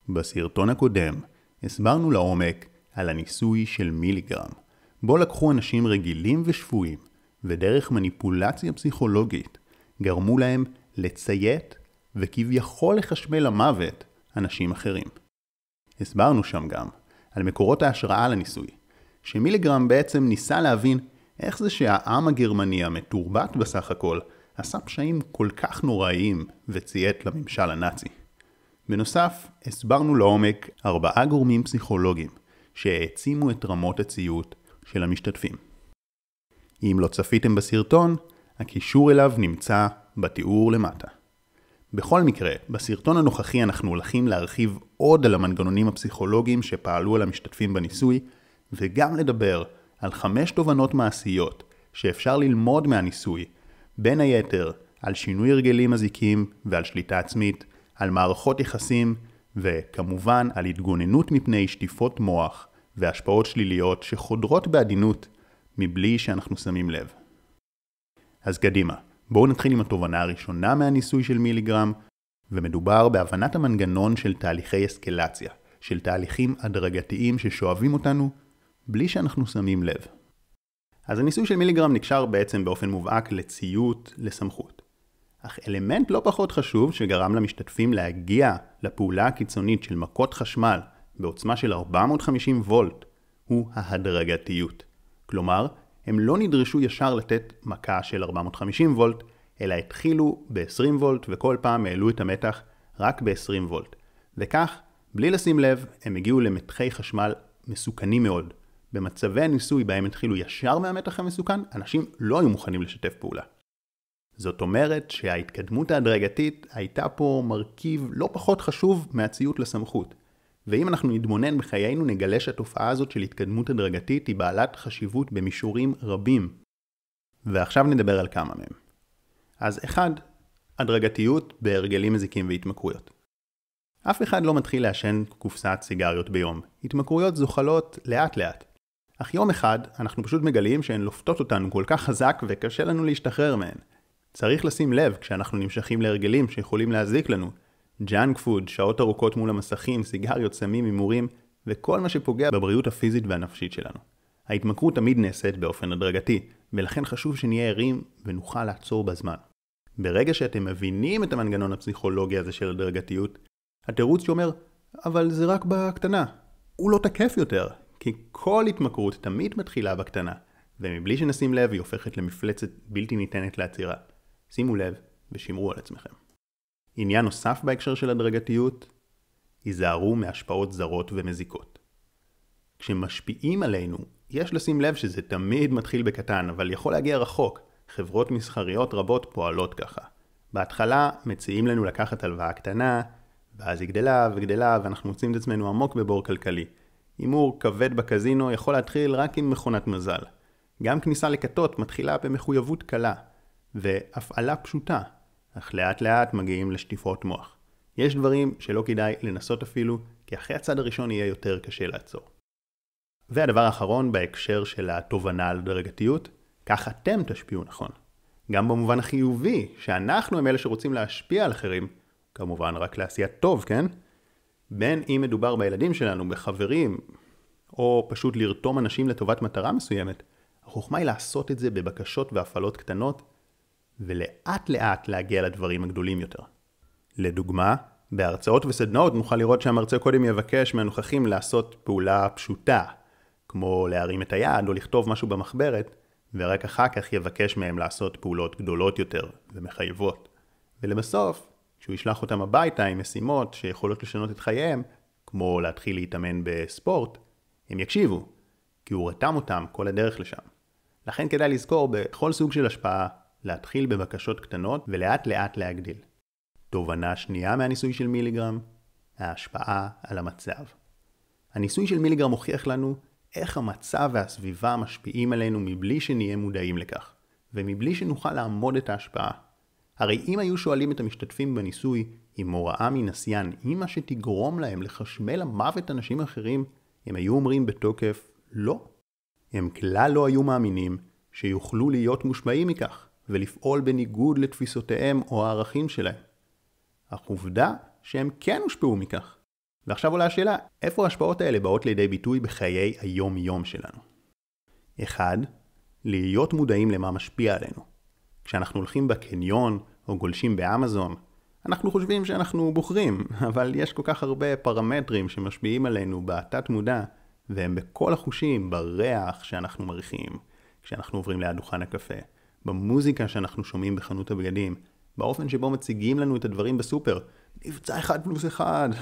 בסרטון הקודם הסברנו לעומק על הניסוי של מיליגרם, בו לקחו אנשים רגילים ושפויים ודרך מניפולציה פסיכולוגית גרמו להם לציית וכביכול לחשמל למוות אנשים אחרים. הסברנו שם גם על מקורות ההשראה לניסוי, שמיליגרם בעצם ניסה להבין איך זה שהעם הגרמני המתורבת בסך הכל עשה פשעים כל כך נוראיים וציית לממשל הנאצי. בנוסף, הסברנו לעומק 4 גורמים פסיכולוגיים שהעצימו את רמות הציות של המשתתפים. אם לא צפיתם בסרטון, הקישור אליו נמצא בתיאור למטה. בכל מקרה, בסרטון הנוכחי אנחנו הולכים להרחיב עוד על המנגנונים הפסיכולוגיים שפעלו על המשתתפים בניסוי, וגם לדבר על 5 תובנות מעשיות שאפשר ללמוד מהניסוי, בין היתר על שינוי הרגלים מזיקים ועל שליטה עצמית, על מערכות יחסים, וכמובן על התגוננות מפני שטיפות מוח והשפעות שליליות שחודרות בעדינות מבלי שאנחנו שמים לב. אז קדימה, בואו נתחיל עם התובנה הראשונה מהניסוי של מיליגרם, ומדובר בהבנת המנגנון של תהליכי אסקלציה, של תהליכים הדרגתיים ששואבים אותנו בלי שאנחנו שמים לב. אז הניסוי של מיליגרם נקשר בעצם באופן מובהק לציות לסמכות. אך אלמנט לא פחות חשוב שגרם למשתתפים להגיע לפעולה הקיצונית של מכות חשמל בעוצמה של 450 וולט הוא ההדרגתיות. כלומר, הם לא נדרשו ישר לתת מכה של 450 וולט, אלא התחילו ב-20 וולט וכל פעם העלו את המתח רק ב-20 וולט. וכך, בלי לשים לב, הם הגיעו למתחי חשמל מסוכנים מאוד. במצבי הניסוי בהם התחילו ישר מהמתח המסוכן, אנשים לא היו מוכנים לשתף פעולה. זאת אומרת שההתקדמות ההדרגתית הייתה פה מרכיב לא פחות חשוב מהציות לסמכות. ואם אנחנו נתבונן בחיינו נגלה שהתופעה הזאת של התקדמות הדרגתית היא בעלת חשיבות במישורים רבים. ועכשיו נדבר על כמה מהם. אז 1. הדרגתיות בהרגלים מזיקים והתמכרויות. אף אחד לא מתחיל לעשן קופסת סיגריות ביום. התמכרויות זוחלות לאט לאט. אך יום אחד אנחנו פשוט מגלים שהן לופתות אותנו כל כך חזק וקשה לנו להשתחרר מהן. צריך לשים לב כשאנחנו נמשכים להרגלים שיכולים להזיק לנו. ג'אנק פוד, שעות ארוכות מול המסכים, סיגריות, סמים, הימורים, וכל מה שפוגע בבריאות הפיזית והנפשית שלנו. ההתמכרות תמיד נעשית באופן הדרגתי, ולכן חשוב שנהיה ערים ונוכל לעצור בזמן. ברגע שאתם מבינים את המנגנון הפסיכולוגי הזה של הדרגתיות, התירוץ שאומר, אבל זה רק בקטנה. הוא לא תקף יותר, כי כל התמכרות תמיד מתחילה בקטנה, ומבלי שנשים לב היא הופכת למפלצת בלתי ניתנת לעצירה. שימו לב ושמרו על עצמכם. עניין נוסף בהקשר של הדרגתיות, היזהרו מהשפעות זרות ומזיקות. כשמשפיעים עלינו, יש לשים לב שזה תמיד מתחיל בקטן, אבל יכול להגיע רחוק. חברות מסחריות רבות פועלות ככה. בהתחלה מציעים לנו לקחת הלוואה קטנה, ואז היא גדלה וגדלה, ואנחנו מוצאים את עצמנו עמוק בבור כלכלי. הימור כבד בקזינו יכול להתחיל רק עם מכונת מזל. גם כניסה לכתות מתחילה במחויבות קלה, והפעלה פשוטה. אך לאט לאט מגיעים לשטיפות מוח. יש דברים שלא כדאי לנסות אפילו, כי אחרי הצד הראשון יהיה יותר קשה לעצור. והדבר האחרון בהקשר של התובנה על הדרגתיות, כך אתם תשפיעו נכון. גם במובן החיובי, שאנחנו הם אלה שרוצים להשפיע על אחרים, כמובן רק לעשיית טוב, כן? בין אם מדובר בילדים שלנו, בחברים, או פשוט לרתום אנשים לטובת מטרה מסוימת, החוכמה היא לעשות את זה בבקשות והפעלות קטנות, ולאט לאט להגיע לדברים הגדולים יותר. לדוגמה, בהרצאות וסדנאות נוכל לראות שהמרצה קודם יבקש מהנוכחים לעשות פעולה פשוטה, כמו להרים את היד או לכתוב משהו במחברת, ורק אחר כך יבקש מהם לעשות פעולות גדולות יותר ומחייבות. ולבסוף, כשהוא ישלח אותם הביתה עם משימות שיכולות לשנות את חייהם, כמו להתחיל להתאמן בספורט, הם יקשיבו, כי הוא רתם אותם כל הדרך לשם. לכן כדאי לזכור בכל סוג של השפעה, להתחיל בבקשות קטנות ולאט לאט להגדיל. תובנה שנייה מהניסוי של מיליגרם, ההשפעה על המצב. הניסוי של מיליגרם הוכיח לנו איך המצב והסביבה משפיעים עלינו מבלי שנהיה מודעים לכך, ומבלי שנוכל לעמוד את ההשפעה. הרי אם היו שואלים את המשתתפים בניסוי עם הוראה מנסיין, עם מה שתגרום להם לחשמל למוות אנשים אחרים, הם היו אומרים בתוקף לא. הם כלל לא היו מאמינים שיוכלו להיות מושפעים מכך, ולפעול בניגוד לתפיסותיהם או הערכים שלהם. אך עובדה שהם כן הושפעו מכך. ועכשיו עולה השאלה, איפה ההשפעות האלה באות לידי ביטוי בחיי היום-יום שלנו? 1. להיות מודעים למה משפיע עלינו. כשאנחנו הולכים בקניון או גולשים באמזון, אנחנו חושבים שאנחנו בוחרים, אבל יש כל כך הרבה פרמטרים שמשפיעים עלינו בתת מודע, והם בכל החושים, בריח שאנחנו מריחים, כשאנחנו עוברים ליד דוכן הקפה, במוזיקה שאנחנו שומעים בחנות הבגדים, באופן שבו מציגים לנו את הדברים בסופר, מבצע 1+1.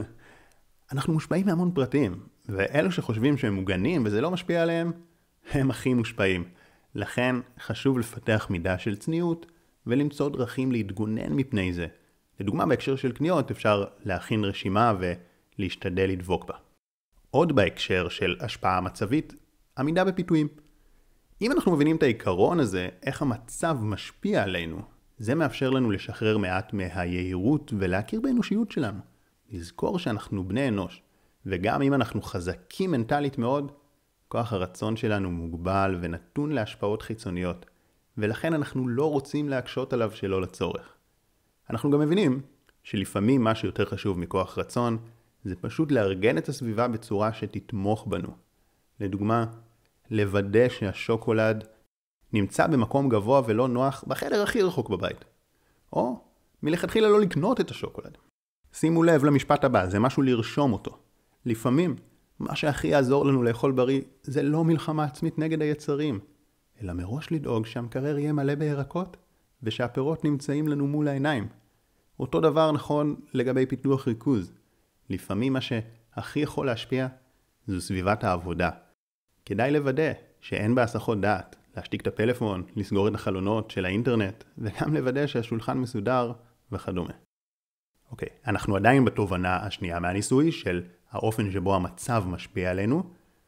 אנחנו מושפעים מהמון פרטים, ואלו שחושבים שהם מוגנים וזה לא משפיע עליהם, הם הכי מושפעים. לכן חשוב לפתח מידה של צניעות, ולמצוא דרכים להתגונן מפני זה. לדוגמה, בהקשר של קניות אפשר להכין רשימה ולהשתדל לדבוק בה. עוד בהקשר של השפעה מצבית, עמידה בפיתויים. אם אנחנו מבינים את העיקרון הזה, איך המצב משפיע עלינו, זה מאפשר לנו לשחרר מעט מהיהירות ולהכיר באנושיות שלנו. לזכור שאנחנו בני אנוש, וגם אם אנחנו חזקים מנטלית מאוד, כוח הרצון שלנו מוגבל ונתון להשפעות חיצוניות, ולכן אנחנו לא רוצים להקשות עליו שלא לצורך. אנחנו גם מבינים שלפעמים מה שיותר חשוב מכוח רצון, זה פשוט לארגן את הסביבה בצורה שתתמוך בנו. לדוגמה, לוודא שהשוקולד נמצא במקום גבוה ולא נוח בחדר הכי רחוק בבית. או מלכתחילה לא לקנות את השוקולד. שימו לב למשפט הבא, זה משהו לרשום אותו. לפעמים, מה שהכי יעזור לנו לאכול בריא, זה לא מלחמה עצמית נגד היצרים, אלא מראש לדאוג שהמקרר יהיה מלא בירקות, ושהפירות נמצאים לנו מול העיניים. אותו דבר נכון לגבי פיתוח ריכוז. לפעמים מה שהכי יכול להשפיע, זו סביבת העבודה. כדאי לוודא שאין בה הסחות דעת, להשתיק את הפלאפון, לסגור את החלונות של האינטרנט, וגם לוודא שהשולחן מסודר וכדומה. אוקיי, אנחנו עדיין בתובנה השנייה מהניסוי של האופן שבו המצב משפיע עלינו,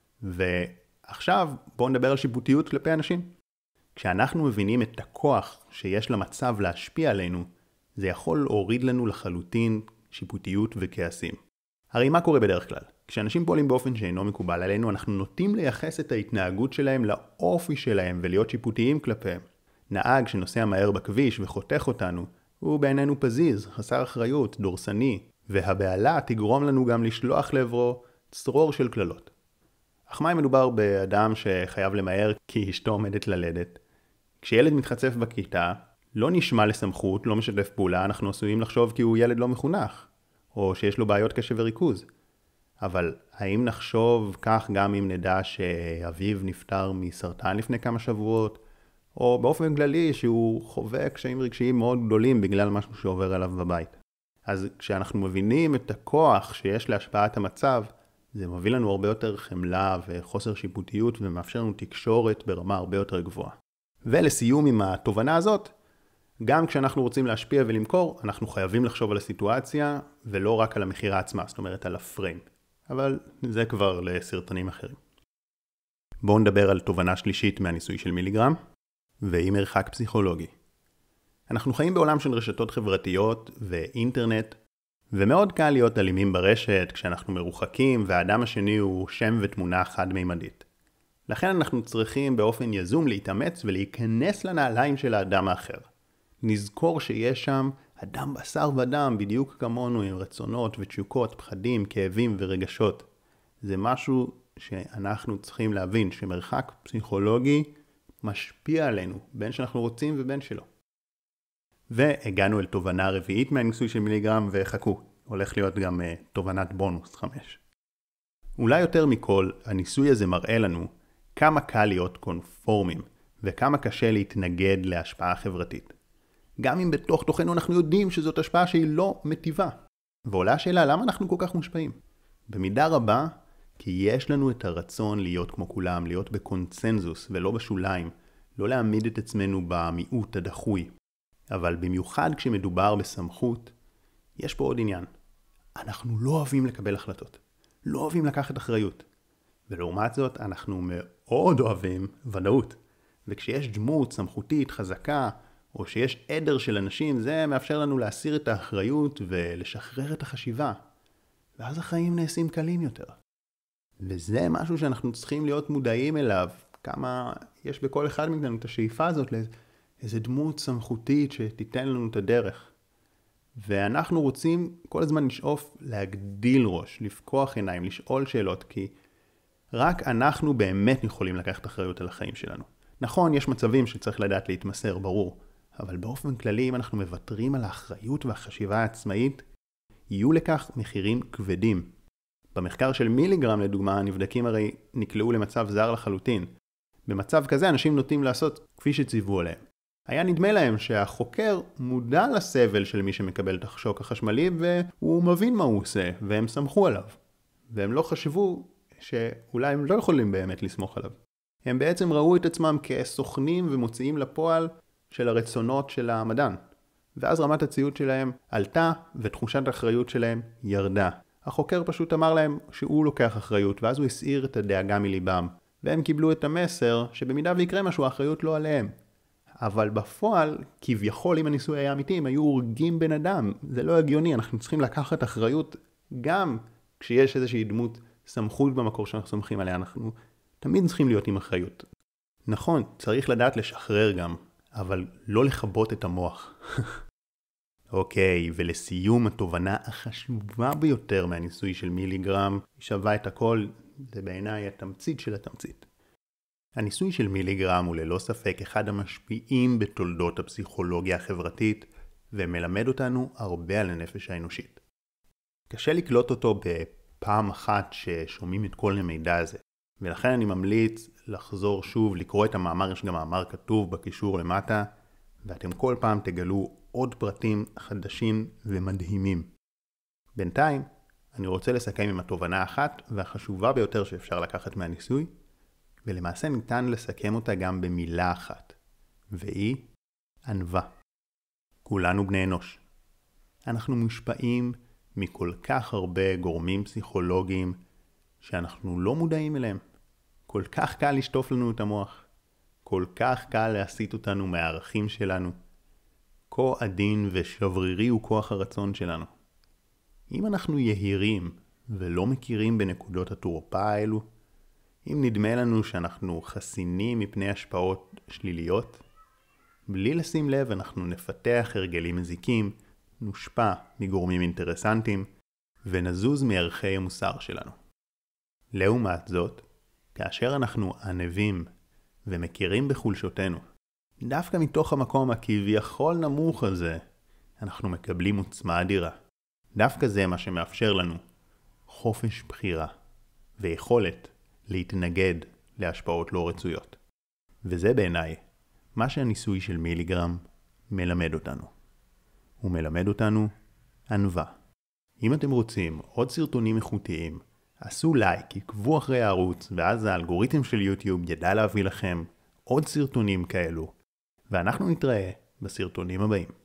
ועכשיו בואו נדבר על שיפוטיות כלפי אנשים. כשאנחנו מבינים את הכוח שיש למצב להשפיע עלינו, זה יכול להוריד לנו לחלוטין שיפוטיות וכעסים. הרי מה קורה בדרך כלל? כשאנשים פועלים באופן שאינו מקובל עלינו, אנחנו נוטים לייחס את ההתנהגות שלהם לאופי שלהם ולהיות שיפוטיים כלפיהם. נהג שנוסע מהר בכביש וחותך אותנו, הוא בעינינו פזיז, חסר אחריות, דורסני, והבעלה תגרום לנו גם לשלוח לעברו צרור של כללות. אך מה אם מדובר באדם שחייב למהר כי אשתו עומדת ללדת? כשילד מתחצף בכיתה, לא נשמע לסמכות, לא משתף פעולה, אנחנו עשויים לחשוב כי הוא ילד לא מחונך, או שיש לו בעיות קשב וריכוז. אבל האם נחשוב כך גם אם נדע שאביו נפטר מסרטן לפני כמה שבועות, או באופן כללי שהוא חווה קשיים רגשיים מאוד גדולים בגלל משהו שעובר עליו בבית? אז כשאנחנו מבינים את הכוח שיש להשפעת המצב, זה מביא לנו הרבה יותר חמלה וחוסר שיפוטיות ומאפשר לנו תקשורת ברמה הרבה יותר גבוהה. ולסיום עם התובנה הזאת, גם כשאנחנו רוצים להשפיע ולמכור, אנחנו חייבים לחשוב על הסיטואציה ולא רק על המחירה עצמה, זאת אומרת על הפריים. אבל זה כבר לסרטונים אחרים. בואו נדבר על תובנה שלישית מהניסוי של מיליגרם, והיא מרחק פסיכולוגי. אנחנו חיים בעולם של רשתות חברתיות ואינטרנט, ומאוד קל להיות אלימים ברשת כשאנחנו מרוחקים והאדם השני הוא שם ותמונה חד-מימדית. לכן אנחנו צריכים באופן יזום להתאמץ ולהיכנס לנעליים של האדם האחר. נזכור שיש שם אדם בשר ודם בדיוק כמונו עם רצונות ותשוקות, פחדים, כאבים ורגשות. זה משהו שאנחנו צריכים להבין שמרחק פסיכולוגי משפיע עלינו, בין שאנחנו רוצים ובין שלא. והגענו אל תובנה רביעית מהניסוי של מיליגרם, וחכו, הולך להיות גם תובנת בונוס 5. אולי יותר מכל, הניסוי הזה מראה לנו כמה קל להיות קונפורמים, וכמה קשה להתנגד להשפעה חברתית. גם אם בתוך תוכנו אנחנו יודעים שזאת השפעה שהיא לא מטיבה. ועולה השאלה, למה אנחנו כל כך מושפעים? במידה רבה, כי יש לנו את הרצון להיות כמו כולם, להיות בקונצנזוס ולא בשוליים, לא להעמיד את עצמנו במיעוט הדחוי. אבל במיוחד כשמדובר בסמכות, יש פה עוד עניין. אנחנו לא אוהבים לקבל החלטות. לא אוהבים לקחת אחריות. ולעומת זאת, אנחנו מאוד אוהבים ודאות. וכשיש דמות סמכותית, חזקה, או שיש עדר של אנשים, זה מאפשר לנו להסיר את האחריות ולשחרר את החשיבה. ואז החיים נעשים קלים יותר. וזה משהו שאנחנו צריכים להיות מודעים אליו, כמה יש בכל אחד מאיתנו את השאיפה הזאת לאיזה דמות סמכותית שתיתן לנו את הדרך. ואנחנו רוצים כל הזמן לשאוף להגדיל ראש, לפקוח עיניים, לשאול שאלות, כי רק אנחנו באמת יכולים לקחת אחריות על החיים שלנו. נכון, יש מצבים שצריך לדעת להתמסר, ברור, אבל באופן כללי, אם אנחנו מוותרים על האחריות והחשיבה העצמאית, יהיו לכך מחירים כבדים. במחקר של מיליגרם, לדוגמה, הנבדקים הרי נקלעו למצב זר לחלוטין. במצב כזה, אנשים נוטים לעשות כפי שציוו עליהם. היה נדמה להם שהחוקר מודע לסבל של מי שמקבל את השוק החשמלי, והוא מבין מה הוא עושה, והם סמכו עליו. והם לא חשבו שאולי הם לא יכולים באמת לסמוך עליו. הם בעצם ראו את עצמם כסוכנים ומוציאים לפועל של הרצונות של המדען. ואז רמת הציות שלהם עלתה, ותחושת האחריות שלהם ירדה. החוקר פשוט אמר להם שהוא לוקח אחריות, ואז הוא הסעיר את הדאגה מליבם. והם קיבלו את המסר שבמידה ויקרה משהו, האחריות לא עליהם. אבל בפועל, כביכול אם הניסוי היה אמיתי, הם היו הורגים בן אדם. זה לא הגיוני, אנחנו צריכים לקחת אחריות גם כשיש איזושהי דמות סמכות במקור שאנחנו סומכים עליה, אנחנו תמיד צריכים להיות עם אחריות. נכון, צריך לדעת לשחרר גם, אבל לא לכבות את המוח. אוקיי, ולסיום התובנה החשובה ביותר מהניסוי של מיליגרם, שווה את הכל, זה בעיניי התמצית של התמצית. הניסוי של מיליגרם הוא ללא ספק אחד המשפיעים בתולדות הפסיכולוגיה החברתית, ומלמד אותנו הרבה על הנפש האנושית. קשה לקלוט אותו בפעם אחת ששומעים את כל המידע הזה, ולכן אני ממליץ לחזור שוב, לקרוא את המאמר, יש גם מאמר כתוב בקישור למטה, ואתם כל פעם תגלו עוד פרטים חדשים ומדהימים. בינתיים, אני רוצה לסכם עם התובנה האחת והחשובה ביותר שאפשר לקחת מהניסוי, ולמעשה ניתן לסכם אותה גם במילה אחת, והיא ענווה. כולנו בני אנוש. אנחנו מושפעים מכל כך הרבה גורמים פסיכולוגיים שאנחנו לא מודעים אליהם. כל כך קל לשטוף לנו את המוח. כל כך קל להסיט אותנו מהערכים שלנו. כה עדין ושברירי הוא כוח הרצון שלנו. אם אנחנו יהירים ולא מכירים בנקודות התורפה האלו, אם נדמה לנו שאנחנו חסינים מפני השפעות שליליות, בלי לשים לב אנחנו נפתח הרגלים מזיקים, נושפע מגורמים אינטרסנטיים ונזוז מערכי המוסר שלנו. לעומת זאת, כאשר אנחנו ענבים ומכירים בחולשותינו, דווקא מתוך המקום הכביכול נמוך הזה, אנחנו מקבלים עוצמה אדירה. דווקא זה מה שמאפשר לנו חופש בחירה ויכולת להתנגד להשפעות לא רצויות. וזה בעיניי מה שהניסוי של מיליגרם מלמד אותנו. הוא מלמד אותנו ענווה. אם אתם רוצים עוד סרטונים איכותיים, עשו לייק, עקבו אחרי הערוץ, ואז האלגוריתם של יוטיוב ידע להביא לכם עוד סרטונים כאלו. ואנחנו נתראה בסרטונים הבאים.